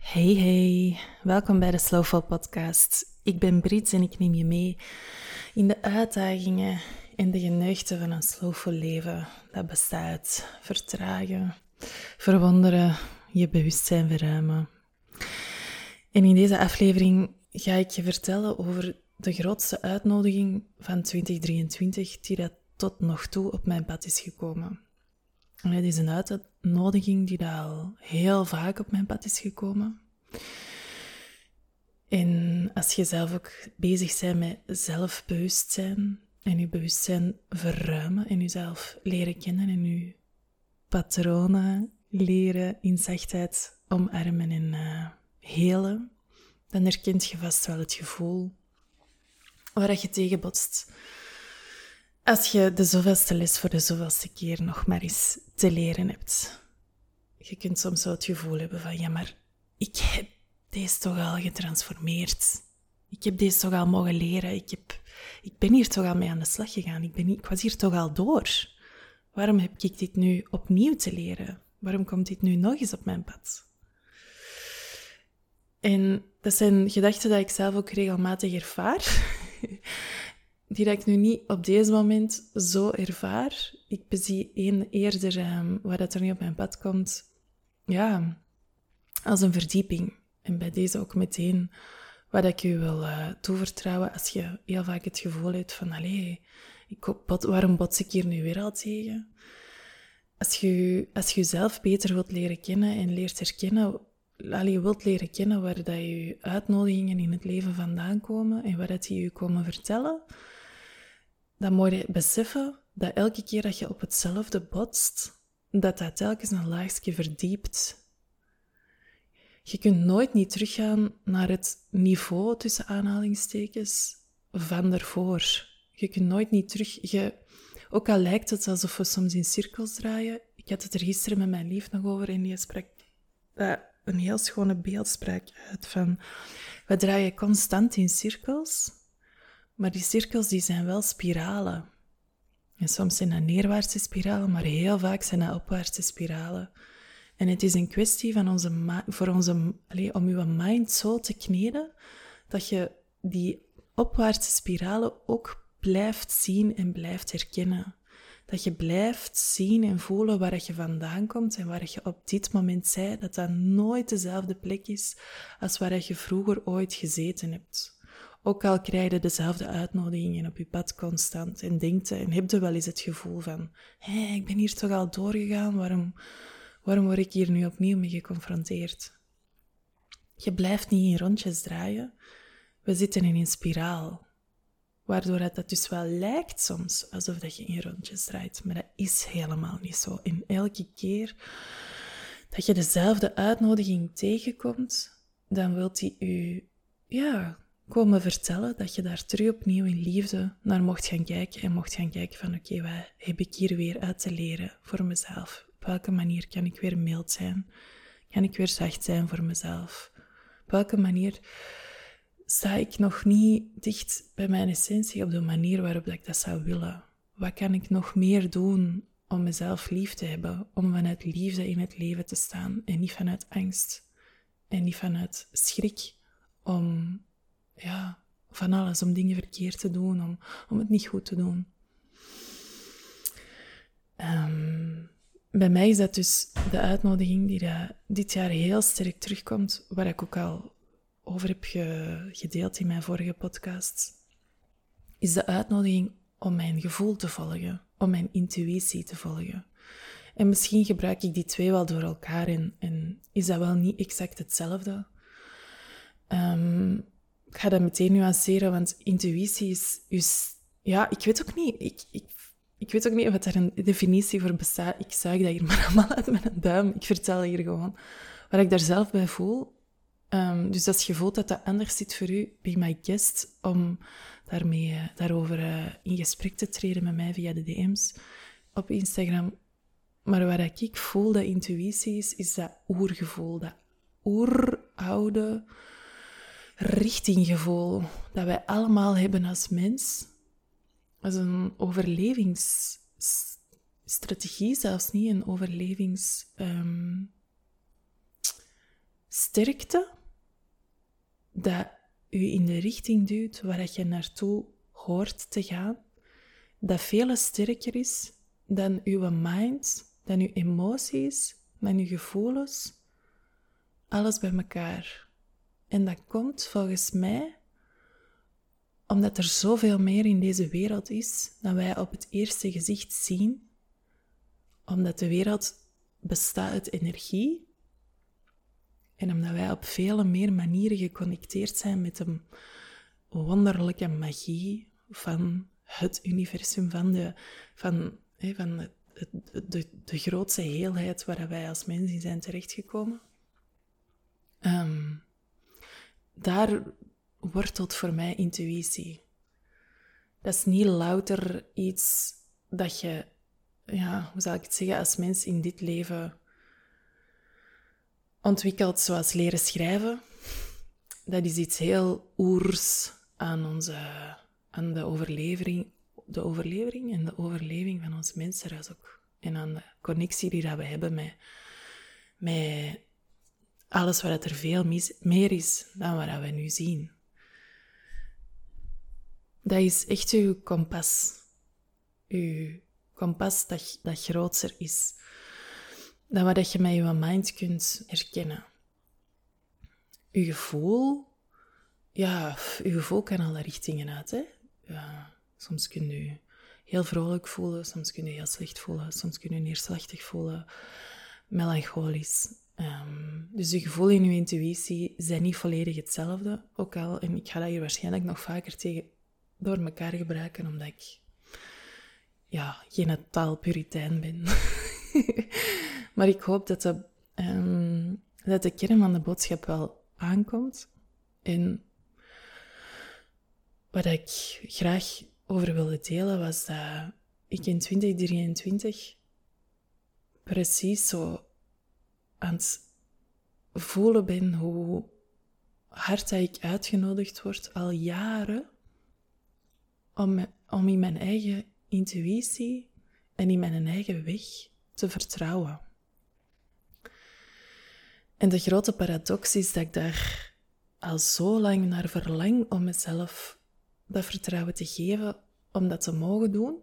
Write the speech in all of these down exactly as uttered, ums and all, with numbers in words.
Hey hey, welkom bij de Slowful Podcast. Ik ben Brit en ik neem je mee in de uitdagingen en de geneugten van een slowful leven. Dat bestaat uit vertragen, verwonderen, je bewustzijn verruimen. En in deze aflevering ga ik je vertellen over de grootste uitnodiging van twintig drieëntwintig die dat tot nog toe op mijn pad is gekomen. En het is een uitnodiging die al heel vaak op mijn pad is gekomen. En als je zelf ook bezig bent met zelfbewustzijn en je bewustzijn verruimen en jezelf leren kennen en je patronen leren in zachtheid omarmen en uh, helen, dan herkent je vast wel het gevoel waar je tegen botst. Als je de zoveelste les voor de zoveelste keer nog maar eens te leren hebt. Je kunt soms zo het gevoel hebben van, ja, maar ik heb deze toch al getransformeerd. Ik heb deze toch al mogen leren. Ik, heb, ik ben hier toch al mee aan de slag gegaan. Ik, ben, ik was hier toch al door. Waarom heb ik dit nu opnieuw te leren? Waarom komt dit nu nog eens op mijn pad? En dat zijn gedachten die ik zelf ook regelmatig ervaar. Die dat ik nu niet op deze moment zo ervaar. Ik bezie een eerder um, waar dat er nu op mijn pad komt, ja, als een verdieping. En bij deze ook meteen wat ik je wil uh, toevertrouwen als je heel vaak het gevoel hebt van, allee, ik bot, waarom bots ik hier nu weer al tegen? Als je, als je jezelf beter wilt leren kennen en leert herkennen, allee, wilt leren kennen waar dat je uitnodigingen in het leven vandaan komen en waar dat die je komen vertellen, dan moet je beseffen dat elke keer dat je op hetzelfde botst, dat dat telkens een laagje verdiept. Je kunt nooit niet teruggaan naar het niveau, tussen aanhalingstekens, van daarvoor. Je kunt nooit niet terug... Je, ook al lijkt het alsof we soms in cirkels draaien. Ik had het er gisteren met mijn lief nog over en die sprak uh, een heel schone beeldspraak uit van... We draaien constant in cirkels, maar die cirkels die zijn wel spiralen. En soms zijn dat neerwaartse spiralen, maar heel vaak zijn dat opwaartse spiralen. En het is een kwestie van onze ma- voor onze, allez, om je mind zo te kneden, dat je die opwaartse spiralen ook blijft zien en blijft herkennen. Dat je blijft zien en voelen waar je vandaan komt en waar je op dit moment bent, dat dat nooit dezelfde plek is als waar je vroeger ooit gezeten hebt. Ook al krijg je dezelfde uitnodigingen op je pad constant en denkt en heb je wel eens het gevoel van, hé, hey, ik ben hier toch al doorgegaan, waarom... Waarom word ik hier nu opnieuw mee geconfronteerd? Je blijft niet in rondjes draaien. We zitten in een spiraal. Waardoor het dus wel lijkt soms alsof dat je in rondjes draait. Maar dat is helemaal niet zo. En elke keer dat je dezelfde uitnodiging tegenkomt, dan wilt hij u ja, komen vertellen dat je daar terug opnieuw in liefde naar mocht gaan kijken. En mocht gaan kijken van oké, okay, wat heb ik hier weer uit te leren voor mezelf? Op welke manier kan ik weer mild zijn? Kan ik weer zacht zijn voor mezelf? Op welke manier sta ik nog niet dicht bij mijn essentie op de manier waarop dat ik dat zou willen? Wat kan ik nog meer doen om mezelf lief te hebben? Om vanuit liefde in het leven te staan en niet vanuit angst. En niet vanuit schrik om, ja, van alles, om dingen verkeerd te doen, om, om het niet goed te doen. Um, Bij mij is dat dus de uitnodiging die dat dit jaar heel sterk terugkomt, waar ik ook al over heb ge- gedeeld in mijn vorige podcast, is de uitnodiging om mijn gevoel te volgen, om mijn intuïtie te volgen. En misschien gebruik ik die twee wel door elkaar en, en is dat wel niet exact hetzelfde. Um, ik ga dat meteen nuanceren, want intuïtie is... is ja, ik weet ook niet... Ik, ik, Ik weet ook niet of er een definitie voor bestaat. Ik zuig dat hier maar allemaal uit met een duim. Ik vertel hier gewoon wat ik daar zelf bij voel. Um, dus als je voelt dat dat anders zit voor u, be my guest om daarmee, uh, daarover uh, in gesprek te treden met mij via de D M's op Instagram. Maar wat ik voel dat intuïtie is, is dat oergevoel. Dat oeroude richtinggevoel dat wij allemaal hebben als mens. Dat is een overlevingsstrategie, zelfs niet een overlevings... Um, sterkte dat u in de richting duwt waar je naartoe hoort te gaan, dat veel sterker is dan uw mind, dan uw emoties, dan uw gevoelens, alles bij elkaar. En dat komt volgens mij omdat er zoveel meer in deze wereld is dan wij op het eerste gezicht zien, omdat de wereld bestaat uit energie en omdat wij op vele meer manieren geconnecteerd zijn met de wonderlijke magie van het universum, van de, van, hè, van de, de, de, de grootste heelheid waar wij als mens in zijn terechtgekomen. Um, daar wortelt voor mij intuïtie. Dat is niet louter iets dat je, ja, hoe zal ik het zeggen, als mens in dit leven ontwikkelt, zoals leren schrijven. Dat is iets heel oers aan onze, aan de overlevering, de overlevering en de overleving van ons mensenras ook. En aan de connectie die dat we hebben met, met alles wat er veel mis, meer is dan wat we nu zien. Dat is echt uw kompas. Uw kompas dat, dat groter is dan wat je met je mind kunt herkennen. Uw gevoel, ja, uw gevoel kan alle richtingen uit. Hè? Ja, soms kun je heel vrolijk voelen, soms kun je heel slecht voelen, soms kun je neerslachtig voelen, melancholisch. Um, dus je gevoel en je intuïtie zijn niet volledig hetzelfde. Ook al, en ik ga dat hier waarschijnlijk nog vaker tegen door elkaar gebruiken, omdat ik ja, geen taalpuritein ben. Maar ik hoop dat de, um, dat de kern van de boodschap wel aankomt. En wat ik graag over wilde delen was dat ik in twintig drieëntwintig precies zo aan het voelen ben hoe hard dat ik uitgenodigd word al jaren om, om in mijn eigen intuïtie en in mijn eigen weg te vertrouwen. En de grote paradox is dat ik daar al zo lang naar verlang om mezelf dat vertrouwen te geven, om dat te mogen doen.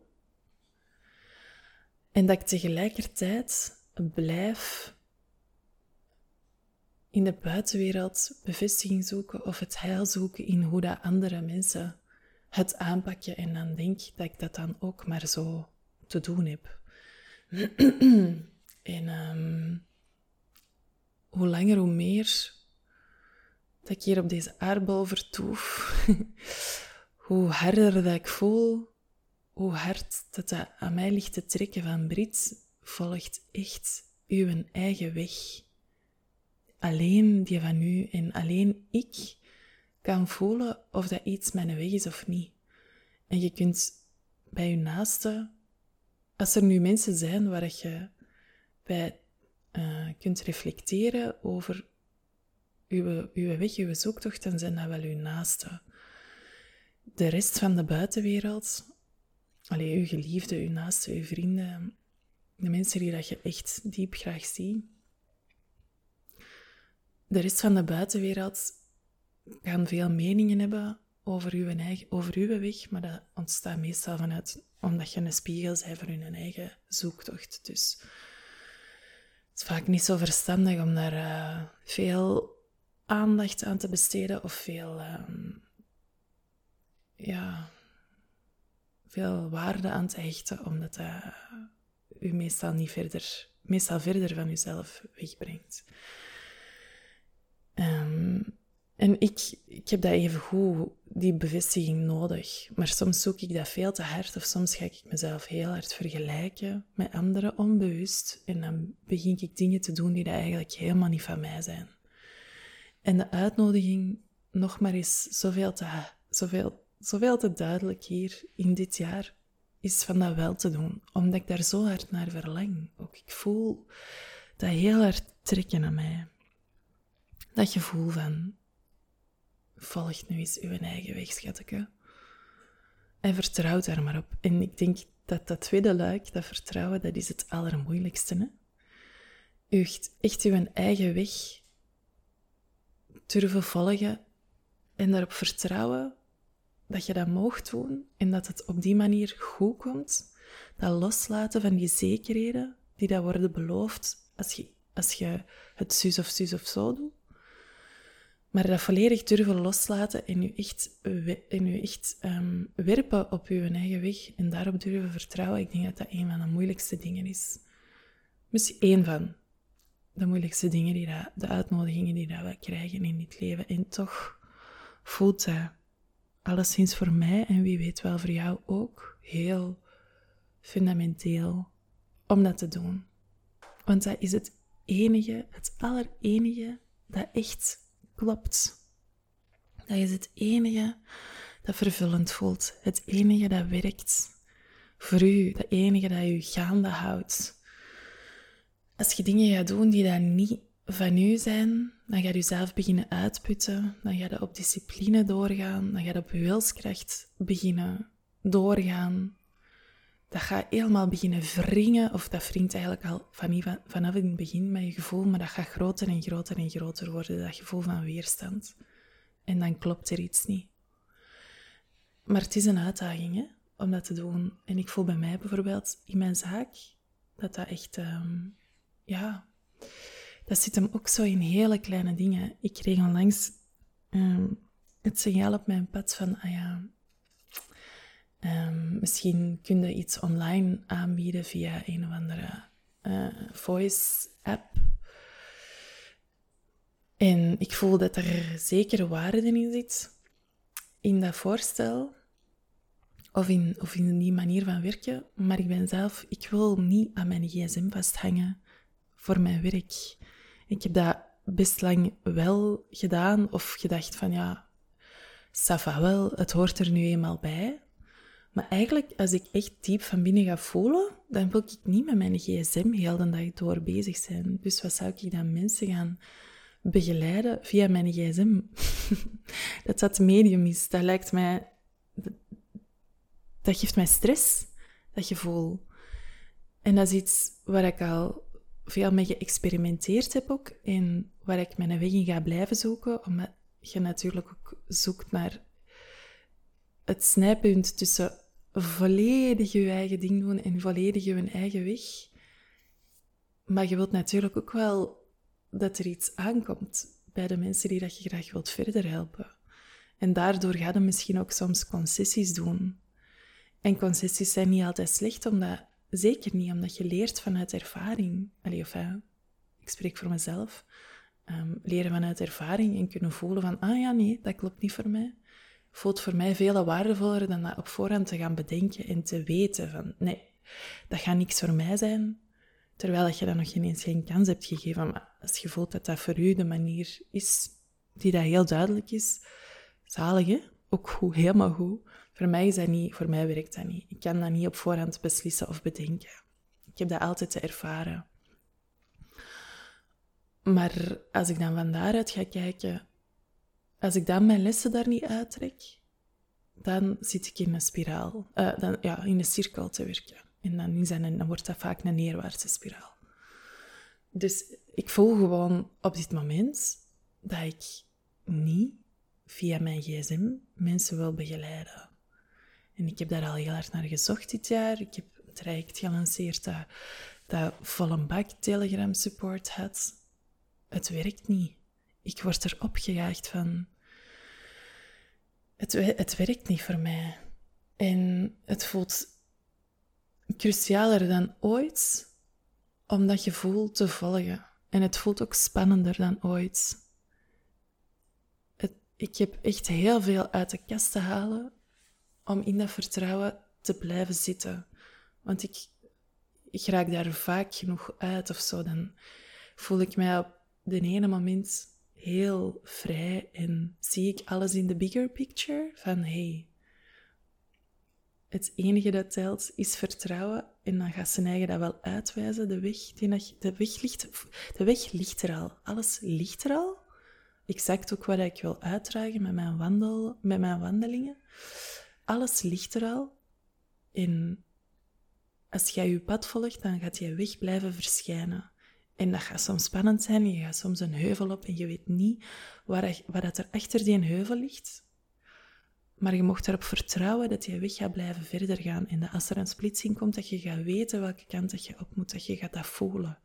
En dat ik tegelijkertijd blijf in de buitenwereld bevestiging zoeken of het heil zoeken in hoe dat andere mensen het aanpakken en dan denk dat ik dat dan ook maar zo te doen heb. En um, hoe langer hoe meer dat ik hier op deze aardbol vertoef, hoe harder dat ik voel, hoe hard dat, dat aan mij ligt te trekken van Brit, volgt echt uw eigen weg. Alleen die van u en alleen ik kan voelen of dat iets mijn weg is of niet. En je kunt bij je naaste, als er nu mensen zijn waar je bij uh, kunt reflecteren over uw, uw weg, uw zoektocht, dan zijn dat wel uw naaste. De rest van de buitenwereld, allee, uw geliefde, uw naaste, uw vrienden, de mensen die dat je echt diep graag ziet. De rest van de buitenwereld kan veel meningen hebben over uw, eigen, over uw weg, maar dat ontstaat meestal vanuit omdat je een spiegel bent voor hun eigen zoektocht. Dus het is vaak niet zo verstandig om daar uh, veel aandacht aan te besteden of veel, um, ja, veel waarde aan te hechten, omdat dat uh, u meestal, niet verder, meestal verder van uzelf wegbrengt. Um, en ik, ik heb dat even goed, die bevestiging nodig. Maar soms zoek ik dat veel te hard of soms ga ik mezelf heel hard vergelijken met anderen onbewust. En dan begin ik dingen te doen die dat eigenlijk helemaal niet van mij zijn. En de uitnodiging, nog maar eens zoveel te, zoveel, zoveel te duidelijk hier in dit jaar, is van dat wel te doen. Omdat ik daar zo hard naar verlang. Ook ik voel dat heel hard trekken aan mij. Dat gevoel van, volg nu eens uw eigen weg, schatje. En vertrouw daar maar op. En ik denk dat dat tweede luik, dat vertrouwen, dat is het allermoeilijkste. Hè? U echt uw eigen weg durven volgen en daarop vertrouwen dat je dat moogt doen en dat het op die manier goed komt. Dat loslaten van die zekerheden die dat worden beloofd als je, als je het zus of zus of zo doet. Maar dat volledig durven loslaten en je echt, en je echt um, werpen op je eigen weg en daarop durven vertrouwen, ik denk dat dat een van de moeilijkste dingen is. Misschien één van de moeilijkste dingen, die dat, de uitnodigingen die dat we krijgen in dit leven. En toch voelt dat alleszins voor mij, en wie weet wel voor jou ook, heel fundamenteel om dat te doen. Want dat is het enige, het allerenige dat echt klopt. Dat is het enige dat vervullend voelt. Het enige dat werkt voor u. Het enige dat u gaande houdt. Als je dingen gaat doen die dan niet van u zijn, dan ga je jezelf beginnen uitputten. Dan ga je op discipline doorgaan. Dan ga je op wilskracht beginnen doorgaan. Dat gaat helemaal beginnen wringen, of dat wringt eigenlijk al van, vanaf het begin met je gevoel, maar dat gaat groter en groter en groter worden, dat gevoel van weerstand. En dan klopt er iets niet. Maar het is een uitdaging, hè, om dat te doen. En ik voel bij mij bijvoorbeeld in mijn zaak, dat dat echt, um, ja, dat zit hem ook zo in hele kleine dingen. Ik kreeg onlangs um, het signaal op mijn pad van, ah ja, Um, misschien kun je iets online aanbieden via een of andere uh, voice-app. En ik voel dat er zeker waarde in zit, in dat voorstel, of in, of in die manier van werken. Maar ik ben zelf, ik wil niet aan mijn gsm vasthangen voor mijn werk. Ik heb dat best lang wel gedaan, of gedacht van ja, ça va wel, het hoort er nu eenmaal bij. Maar eigenlijk, als ik echt diep van binnen ga voelen, dan wil ik niet met mijn gsm heel de dag door bezig zijn. Dus wat zou ik dan mensen gaan begeleiden via mijn gsm? Dat dat medium is, dat lijkt mij... Dat geeft mij stress, dat gevoel. En dat is iets waar ik al veel mee geëxperimenteerd heb ook. En waar ik mijn weg in ga blijven zoeken. Omdat je natuurlijk ook zoekt naar het snijpunt tussen volledig je eigen ding doen en volledig je eigen weg. Maar je wilt natuurlijk ook wel dat er iets aankomt bij de mensen die dat je graag wilt verder helpen. En daardoor ga je misschien ook soms concessies doen. En concessies zijn niet altijd slecht, omdat, zeker niet omdat je leert vanuit ervaring. Allee, of, uh, ik spreek voor mezelf. Um, leren vanuit ervaring en kunnen voelen van, ah ja, nee, dat klopt niet voor mij. Voelt voor mij veel waardevoller dan dat op voorhand te gaan bedenken en te weten van, nee, dat gaat niks voor mij zijn. Terwijl je dan nog geen eens geen kans hebt gegeven. Maar als je voelt dat dat voor u de manier is die dat heel duidelijk is, zalig, hè? Ook goed, helemaal goed. Voor mij is dat niet, voor mij werkt dat niet. Ik kan dat niet op voorhand beslissen of bedenken. Ik heb dat altijd te ervaren. Maar als ik dan van daaruit ga kijken, als ik dan mijn lessen daar niet uittrek, dan zit ik in een spiraal, uh, dan, ja, in een cirkel te werken. En dan, is dat een, dan wordt dat vaak een neerwaartse spiraal. Dus ik voel gewoon op dit moment dat ik niet via mijn gsm mensen wil begeleiden. En ik heb daar al heel hard naar gezocht dit jaar. Ik heb een traject gelanceerd dat, dat vol een bak Telegram support had. Het werkt niet. Ik word er opgejaagd van. Het, het werkt niet voor mij. En het voelt crucialer dan ooit om dat gevoel te volgen. En het voelt ook spannender dan ooit. Het, ik heb echt heel veel uit de kast te halen om in dat vertrouwen te blijven zitten. Want ik, ik raak daar vaak genoeg uit of zo. Dan voel ik mij op de ene moment heel vrij en zie ik alles in de bigger picture van hey, het enige dat telt is vertrouwen en dan gaat zijn eigen dat wel uitwijzen. De weg, die, de weg, ligt, de weg ligt er al. Alles ligt er al. Exact ook wat ik wil uitdragen met mijn, wandel, met mijn wandelingen. Alles ligt er al. En als jij je pad volgt, dan gaat je weg blijven verschijnen. En dat gaat soms spannend zijn. Je gaat soms een heuvel op en je weet niet waar, waar dat er achter die heuvel ligt. Maar je mocht erop vertrouwen dat je weg gaat blijven verder gaan. En dat als er een splitsing komt, dat je gaat weten welke kant dat je op moet. Dat je gaat dat voelen.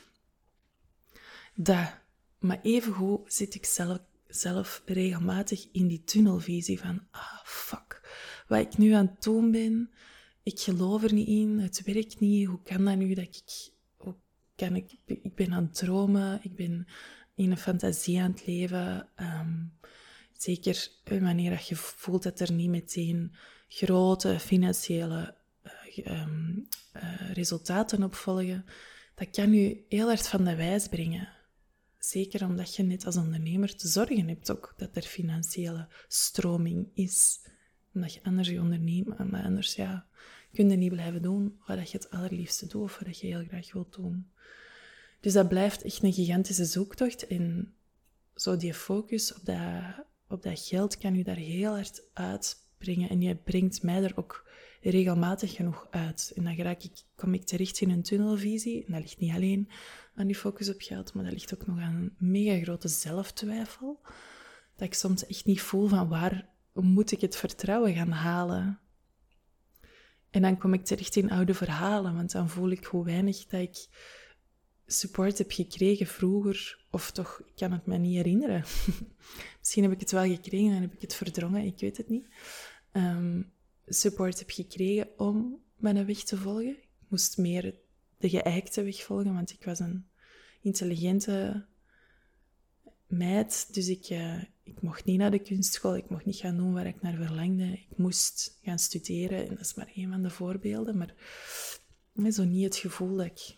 Dat. Maar evengoed zit ik zelf, zelf regelmatig in die tunnelvisie van... Ah, fuck. Wat ik nu aan het doen ben, ik geloof er niet in. Het werkt niet. Hoe kan dat nu dat ik... Hoe kan ik, ik ben aan het dromen. Ik ben in een fantasie aan het leven. Um, zeker wanneer je voelt dat er niet meteen grote financiële uh, um, uh, resultaten op volgen. Dat kan je heel hard van de wijs brengen. Zeker omdat je net als ondernemer te zorgen hebt ook dat er financiële stroming is. Omdat je anders je onderneemt, maar anders ja, kun je niet blijven doen wat je het allerliefste doet of wat je heel graag wilt doen. Dus dat blijft echt een gigantische zoektocht. En zo die focus op dat, op dat geld kan je daar heel hard uitbrengen. En je brengt mij er ook regelmatig genoeg uit. En dan raak ik, kom ik terecht in een tunnelvisie. En dat ligt niet alleen aan die focus op geld, maar dat ligt ook nog aan een mega grote zelftwijfel. Dat ik soms echt niet voel van waar moet ik het vertrouwen gaan halen. En dan kom ik terecht in oude verhalen, want dan voel ik hoe weinig dat ik support heb gekregen vroeger. Of toch, ik kan het me niet herinneren. Misschien heb ik het wel gekregen en heb ik het verdrongen, ik weet het niet. Um, support heb gekregen om mijn weg te volgen. Ik moest meer de geëikte weg volgen, want ik was een intelligente meid. Dus ik, uh, ik mocht niet naar de kunstschool, ik mocht niet gaan doen waar ik naar verlangde. Ik moest gaan studeren en dat is maar een van de voorbeelden. Maar zo niet het gevoel dat ik,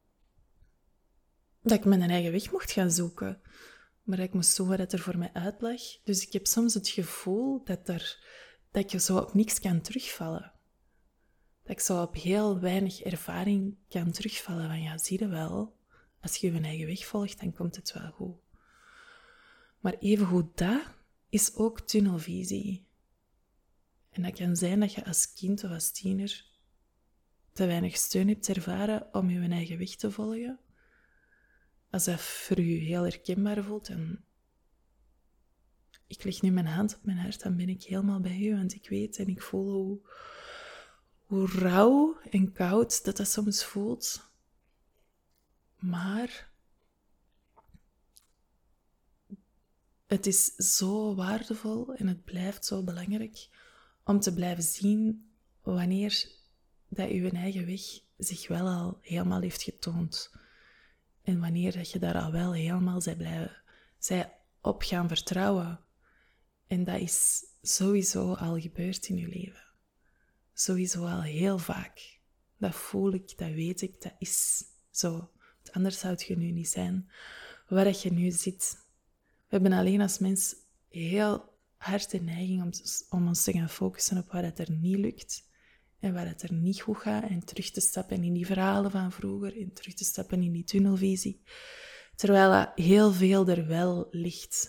dat ik mijn eigen weg mocht gaan zoeken. Maar dat ik moest doen wat er voor mij uit lag. Dus ik heb soms het gevoel dat, er, dat ik zo op niks kan terugvallen. Dat ik zo op heel weinig ervaring kan terugvallen. Van ja, zie je wel, als je je eigen weg volgt, dan komt het wel goed. Maar evengoed dat is ook tunnelvisie. En dat kan zijn dat je als kind of als tiener te weinig steun hebt ervaren om je eigen weg te volgen. Als dat voor je heel herkenbaar voelt, en ik leg nu mijn hand op mijn hart, dan ben ik helemaal bij u, want ik weet en ik voel hoe, hoe rauw en koud dat dat soms voelt. Maar het is zo waardevol en het blijft zo belangrijk om te blijven zien wanneer dat je eigen weg zich wel al helemaal heeft getoond. En wanneer dat je daar al wel helemaal zij blijven, zij op gaan vertrouwen. En dat is sowieso al gebeurd in je leven. Sowieso al heel vaak. Dat voel ik, dat weet ik, dat is zo. Want anders zou het je nu niet zijn waar dat je nu zit. We hebben alleen als mens heel hard de neiging om, om ons te gaan focussen op waar het er niet lukt. En waar het er niet goed gaat. En terug te stappen in die verhalen van vroeger. En terug te stappen in die tunnelvisie. Terwijl dat heel veel er wel ligt.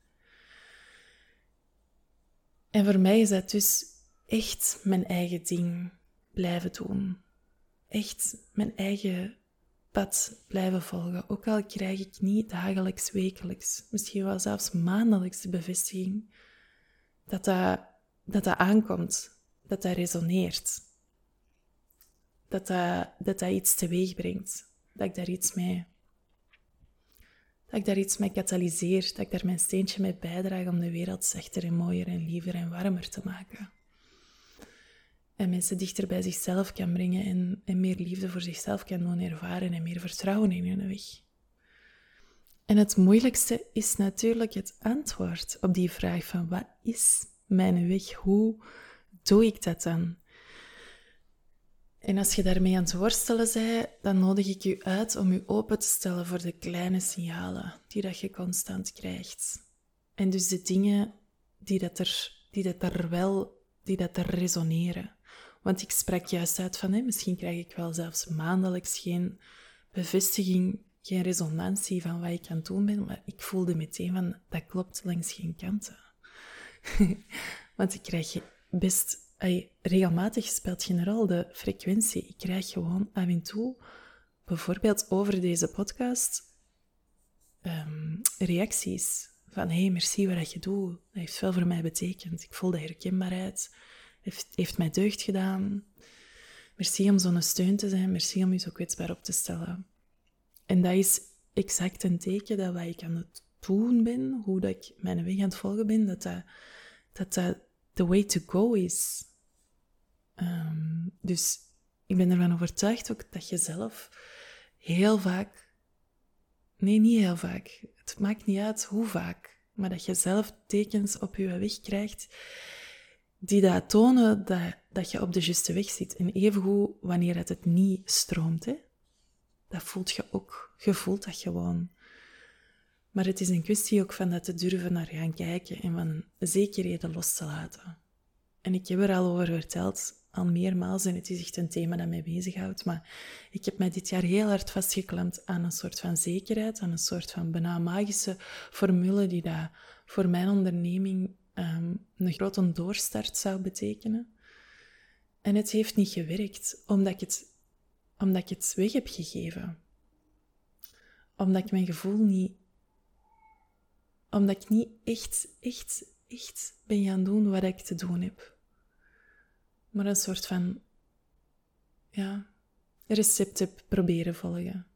En voor mij is dat dus echt mijn eigen ding blijven doen. Echt mijn eigen pad blijven volgen. Ook al krijg ik niet dagelijks, wekelijks, misschien wel zelfs maandelijks de bevestiging dat dat, dat, dat aankomt. Dat dat resoneert. Dat dat, dat dat iets teweeg brengt. Dat ik daar iets mee... Dat ik daar iets mee katalyseer. Dat ik daar mijn steentje mee bijdraag om de wereld zachter en mooier en liever en warmer te maken. En mensen dichter bij zichzelf kan brengen en, en meer liefde voor zichzelf kan doen ervaren en meer vertrouwen in hun weg. En het moeilijkste is natuurlijk het antwoord op die vraag van wat is mijn weg? Hoe doe ik dat dan? En als je daarmee aan het worstelen bent, dan nodig ik je uit om je open te stellen voor de kleine signalen die dat je constant krijgt. En dus de dingen die dat er, die dat er wel, die dat er resoneren. Want ik sprak juist uit van, hé, misschien krijg ik wel zelfs maandelijks geen bevestiging, geen resonantie van wat ik aan het doen ben, maar ik voelde meteen van, dat klopt langs geen kanten. Want ik krijg best... Ay, regelmatig speelt geen rol de frequentie. Ik krijg gewoon af en toe bijvoorbeeld over deze podcast um, reacties. Van, hé, hey, merci wat je doet. Dat heeft veel voor mij betekend. Ik voel de herkenbaarheid. Heeft, heeft mij deugd gedaan. Merci om zo'n steun te zijn. Merci om je zo kwetsbaar op te stellen. En dat is exact een teken dat wat ik aan het doen ben, hoe dat ik mijn weg aan het volgen ben, dat dat, dat, dat the way to go is. Um, dus ik ben ervan overtuigd ook dat je zelf heel vaak, nee, niet heel vaak, het maakt niet uit hoe vaak, maar dat je zelf tekens op je weg krijgt die dat tonen dat, dat je op de juiste weg zit. En evengoed wanneer het, het niet stroomt, hè. Dat voelt je ook. Je voelt dat gewoon. Maar het is een kwestie ook van dat te durven naar gaan kijken en van zekerheden los te laten. En ik heb er al over verteld, al meermaals, en het is echt een thema dat mij bezighoudt, maar ik heb mij dit jaar heel hard vastgeklampt aan een soort van zekerheid, aan een soort van bijna magische formule die dat voor mijn onderneming um, een grote doorstart zou betekenen. En het heeft niet gewerkt, omdat ik het, omdat ik het weg heb gegeven. Omdat ik mijn gevoel niet... Omdat ik niet echt, echt, echt ben gaan doen wat ik te doen heb. Maar een soort van, ja, recept heb proberen volgen.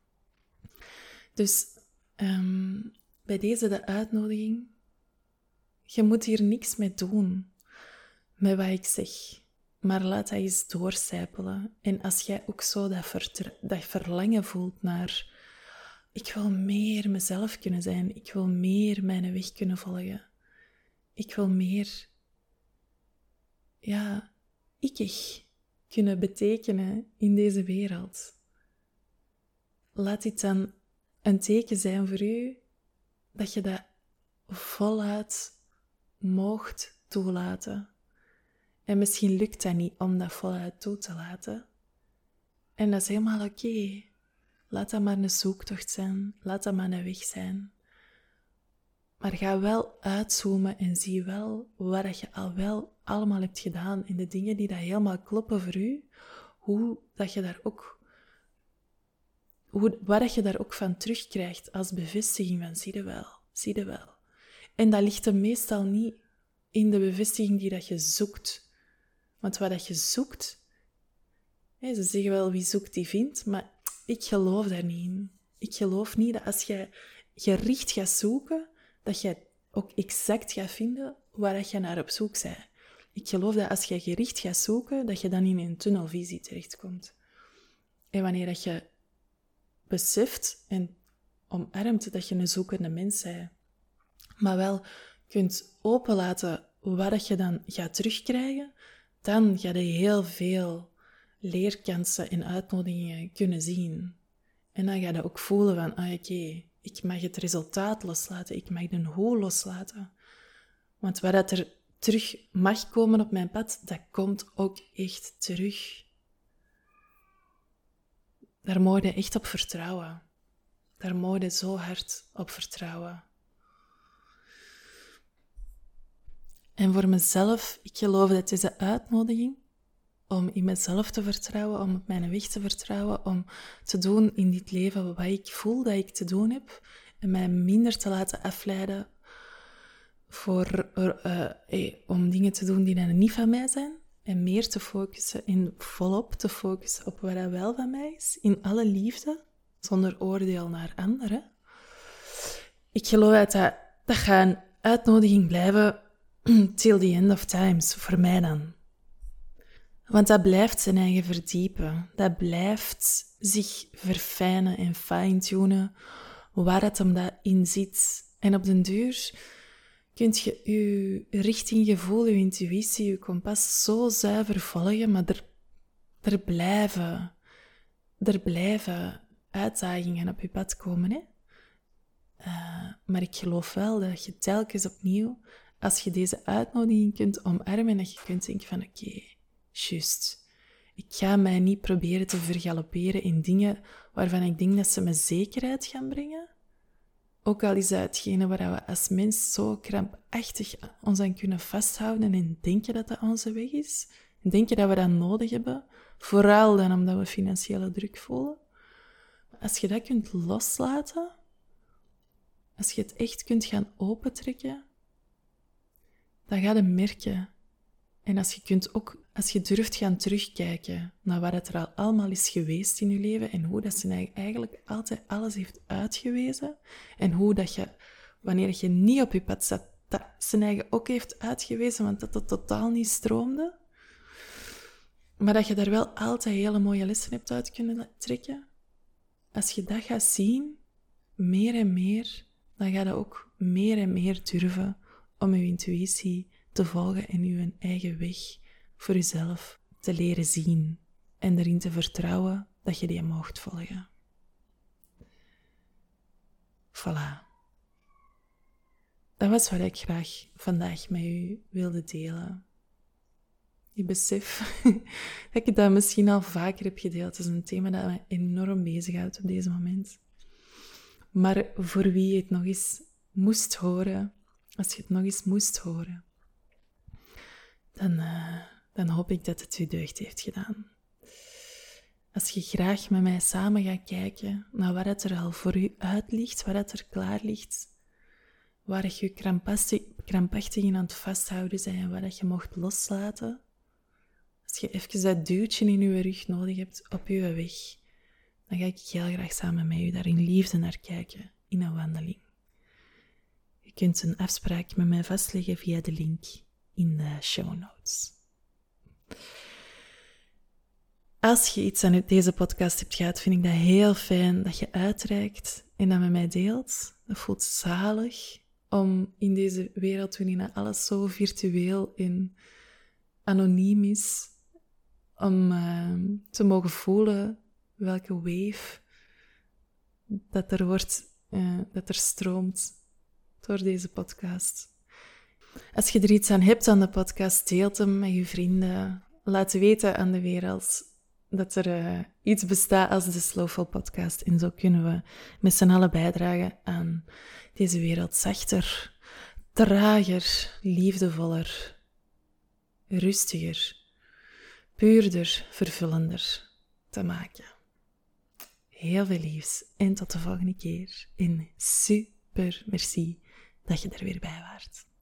Dus um, bij deze de uitnodiging, je moet hier niks mee doen, met wat ik zeg. Maar laat dat eens doorcijpelen. En als jij ook zo dat, vertr- dat verlangen voelt naar, ik wil meer mezelf kunnen zijn, ik wil meer mijn weg kunnen volgen. Ik wil meer, ja... ik kunnen betekenen in deze wereld. Laat dit dan een teken zijn voor u dat je dat voluit moogt toelaten. En misschien lukt dat niet om dat voluit toe te laten. En dat is helemaal oké. Okay. Laat dat maar een zoektocht zijn. Laat dat maar een weg zijn. Maar ga wel uitzoomen en zie wel wat je al wel allemaal hebt gedaan en de dingen die dat helemaal kloppen voor u, hoe dat je daar ook, hoe, wat dat je daar ook van terugkrijgt als bevestiging van zie je wel, zie je wel. En dat ligt er meestal niet in de bevestiging die dat je zoekt. Want wat dat je zoekt, hè, ze zeggen wel wie zoekt die vindt, maar ik geloof daar niet in. Ik geloof niet dat als jij gericht gaat zoeken, dat jij ook exact gaat vinden waar dat je naar op zoek bent. Ik geloof dat als je gericht gaat zoeken, dat je dan in een tunnelvisie terechtkomt. En wanneer dat je beseft en omarmt dat je een zoekende mens bent, maar wel kunt openlaten wat dat je dan gaat terugkrijgen, dan ga je heel veel leerkansen en uitnodigingen kunnen zien. En dan ga je ook voelen van, ah, oké, okay, ik mag het resultaat loslaten, ik mag de hoe loslaten. Want wat dat er terug mag komen op mijn pad, dat komt ook echt terug. Daar moet je echt op vertrouwen. Daar moet je zo hard op vertrouwen. En voor mezelf, ik geloof dat deze uitnodiging om in mezelf te vertrouwen, om op mijn weg te vertrouwen, om te doen in dit leven wat ik voel dat ik te doen heb en mij minder te laten afleiden voor, uh, hey, om dingen te doen die dan niet van mij zijn en meer te focussen en volop te focussen op wat dat wel van mij is, in alle liefde, zonder oordeel naar anderen. Ik geloof dat dat, dat gaat een uitnodiging blijven till the end of times, voor mij dan. Want dat blijft zijn eigen verdiepen. Dat blijft zich verfijnen en fine-tunen waar het hem dat in zit. En op den duur kun je je richting, gevoel, je intuïtie, je kompas zo zuiver volgen, maar er, er, blijven, er blijven uitdagingen op je pad komen. Hè? Uh, maar ik geloof wel dat je telkens opnieuw, als je deze uitnodiging kunt omarmen, dat je kunt denken van oké, okay, juist. Ik ga mij niet proberen te vergalopperen in dingen waarvan ik denk dat ze me zekerheid gaan brengen. Ook al is dat hetgene waar we als mens zo krampachtig ons aan kunnen vasthouden en denken dat dat onze weg is. En denken dat we dat nodig hebben. Vooral dan omdat we financiële druk voelen. Als je dat kunt loslaten, als je het echt kunt gaan opentrekken, dan ga je merken. En als je kunt ook, als je durft gaan terugkijken naar wat het er al allemaal is geweest in je leven en hoe dat ze eigenlijk altijd alles heeft uitgewezen en hoe dat je, wanneer je niet op je pad zat, dat zijn eigen ook heeft uitgewezen, want dat het totaal niet stroomde. Maar dat je daar wel altijd hele mooie lessen hebt uit kunnen trekken. Als je dat gaat zien, meer en meer, dan ga je ook meer en meer durven om je intuïtie te volgen en je eigen weg voor jezelf te leren zien en erin te vertrouwen dat je die mocht volgen. Voilà. Dat was wat ik graag vandaag met u wilde delen. Ik besef dat ik dat misschien al vaker heb gedeeld. Het is een thema dat me enorm bezighoudt op deze moment. Maar voor wie je het nog eens moest horen, als je het nog eens moest horen, dan, uh, dan hoop ik dat het u deugd heeft gedaan. Als je graag met mij samen gaat kijken naar wat het er al voor u uit ligt, wat het er klaar ligt, waar je krampachtig, krampachtig in aan het vasthouden bent en wat je mocht loslaten, als je even dat duwtje in je rug nodig hebt op je weg, dan ga ik heel graag samen met u daar in liefde naar kijken, in een wandeling. Je kunt een afspraak met mij vastleggen via de link in de show notes. Als je iets aan deze podcast hebt gehad, vind ik dat heel fijn dat je uitreikt en dat met mij deelt. Dat voelt zalig om in deze wereld, waarin alles zo virtueel en anoniem is, om uh, te mogen voelen welke wave dat er wordt, uh, dat er stroomt door deze podcast. Als je er iets aan hebt aan de podcast, deelt hem met je vrienden. Laat weten aan de wereld dat er uh, iets bestaat als de Slowful Podcast. En zo kunnen we met z'n allen bijdragen aan deze wereld zachter, trager, liefdevoller, rustiger, puurder, vervullender te maken. Heel veel liefs en tot de volgende keer. En super merci dat je er weer bij waart.